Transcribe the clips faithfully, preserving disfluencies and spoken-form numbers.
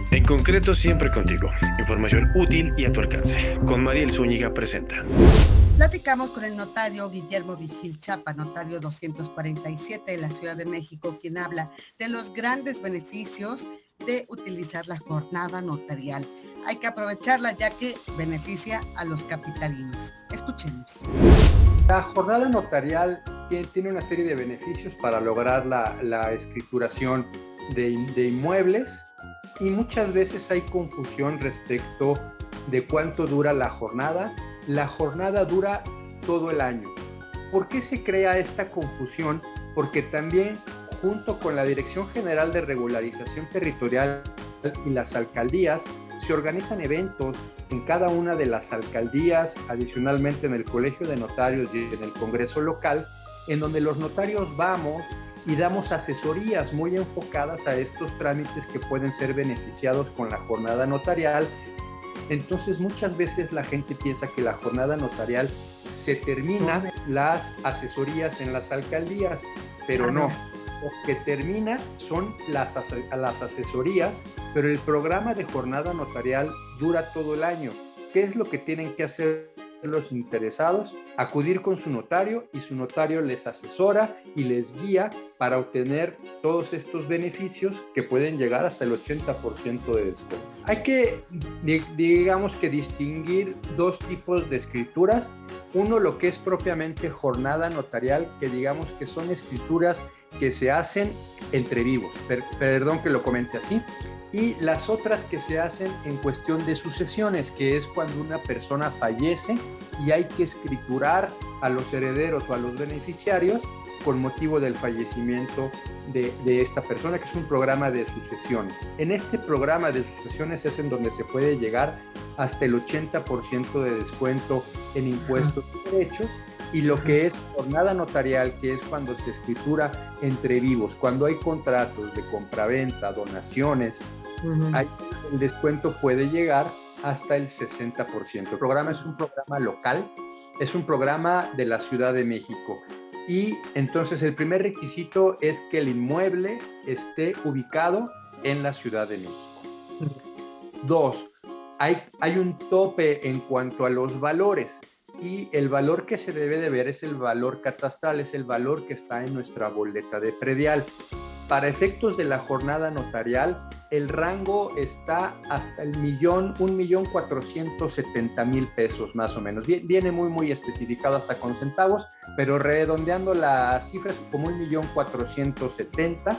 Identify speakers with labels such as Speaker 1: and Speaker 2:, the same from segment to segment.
Speaker 1: En concreto, siempre contigo. Información útil y a tu alcance. Con Mariel Zúñiga presenta.
Speaker 2: Platicamos con el notario Guillermo Vigil Chapa, notario doscientos cuarenta y siete de la Ciudad de México, quien habla de los grandes beneficios de utilizar la jornada notarial. Hay que aprovecharla ya que beneficia a los capitalinos. Escuchemos.
Speaker 3: La jornada notarial tiene una serie de beneficios para lograr la, la escrituración de, de inmuebles, y muchas veces hay confusión respecto de cuánto dura la jornada. La jornada dura todo el año. ¿Por qué se crea esta confusión? Porque también, junto con la Dirección General de Regularización Territorial y las alcaldías, se organizan eventos en cada una de las alcaldías, adicionalmente en el Colegio de Notarios y en el Congreso local, en donde los notarios vamos y damos asesorías muy enfocadas a estos trámites que pueden ser beneficiados con la jornada notarial. Entonces, muchas veces la gente piensa que la jornada notarial se termina las asesorías en las alcaldías, pero no. Lo que termina son las, las asesorías, pero el programa de jornada notarial dura todo el año. ¿Qué es lo que tienen que hacer los interesados? Acudir con su notario, y su notario les asesora y les guía para obtener todos estos beneficios que pueden llegar hasta el ochenta por ciento de descuento. Hay que, digamos que distinguir dos tipos de escrituras. Uno, lo que es propiamente jornada notarial, que digamos que son escrituras que se hacen entre vivos, per, perdón que lo comente así, y las otras que se hacen en cuestión de sucesiones, que es cuando una persona fallece y hay que escriturar a los herederos o a los beneficiarios con motivo del fallecimiento de, de esta persona, que es un programa de sucesiones. En este programa de sucesiones es en donde se puede llegar hasta el ochenta por ciento de descuento en impuestos y derechos, y lo que es jornada notarial, que es cuando se escritura entre vivos, cuando hay contratos de compraventa, donaciones, uh-huh. ahí el descuento puede llegar hasta el sesenta por ciento. El programa es un programa local, es un programa de la Ciudad de México, y entonces el primer requisito es que el inmueble esté ubicado en la Ciudad de México. Uh-huh. Dos, hay, hay un tope en cuanto a los valores. Y el valor que se debe de ver es el valor catastral, es el valor que está en nuestra boleta de predial. Para efectos de la jornada notarial, el rango está hasta el millón, un millón cuatrocientos setenta mil pesos más o menos. Viene muy, muy especificado hasta con centavos, pero redondeando las cifras como un millón cuatrocientos setenta.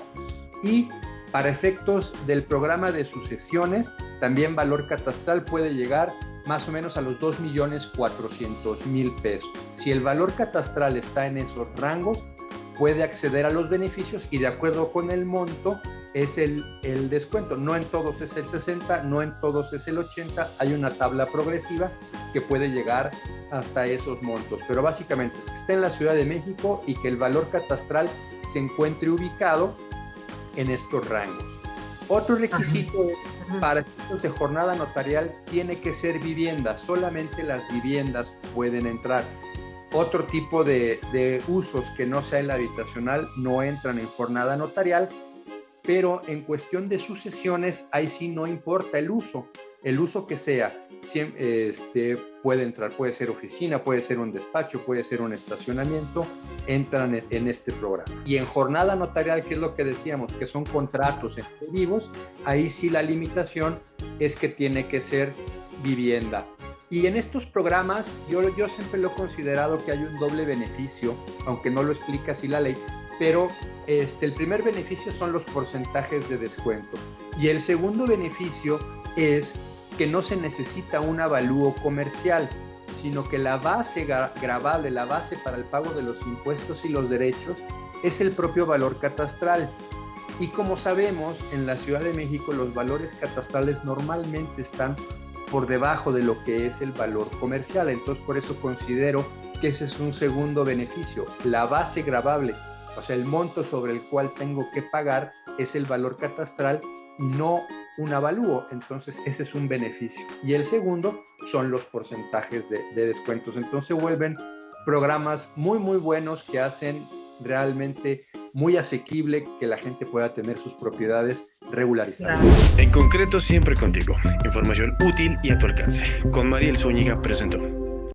Speaker 3: Y para efectos del programa de sucesiones, también valor catastral puede llegar más o menos a los dos millones cuatrocientos mil pesos. Si el valor catastral está en esos rangos, puede acceder a los beneficios, y de acuerdo con el monto es el, el descuento. No en todos es el sesenta, no en todos es el ochenta, hay una tabla progresiva que puede llegar hasta esos montos, pero básicamente que esté en la Ciudad de México y que el valor catastral se encuentre ubicado en estos rangos. Otro requisito es, para efectos de jornada notarial, tiene que ser vivienda. Solamente las viviendas pueden entrar. Otro tipo de, de usos que no sea el habitacional no entran en jornada notarial, pero en cuestión de sucesiones, ahí sí no importa el uso. El uso que sea, este, puede entrar, puede ser oficina, puede ser un despacho, puede ser un estacionamiento, entran en, en este programa. Y en jornada notarial, que es lo que decíamos, que son contratos entre vivos, ahí sí la limitación es que tiene que ser vivienda. Y en estos programas, yo, yo siempre lo he considerado que hay un doble beneficio, aunque no lo explica así la ley, pero este, el primer beneficio son los porcentajes de descuento. Y el segundo beneficio es que no se necesita un avalúo comercial, sino que la base gravable, la base para el pago de los impuestos y los derechos, es el propio valor catastral. Y como sabemos, en la Ciudad de México los valores catastrales normalmente están por debajo de lo que es el valor comercial. Entonces, por eso considero que ese es un segundo beneficio. La base gravable, o sea, el monto sobre el cual tengo que pagar, es el valor catastral y no un avalúo. Entonces, ese es un beneficio. Y el segundo son los porcentajes de, de descuentos. Entonces, se vuelven programas muy, muy buenos que hacen realmente muy asequible que la gente pueda tener sus propiedades regularizadas.
Speaker 1: En concreto, siempre contigo. Información útil y a tu alcance. Con Mariel Zúñiga presentó.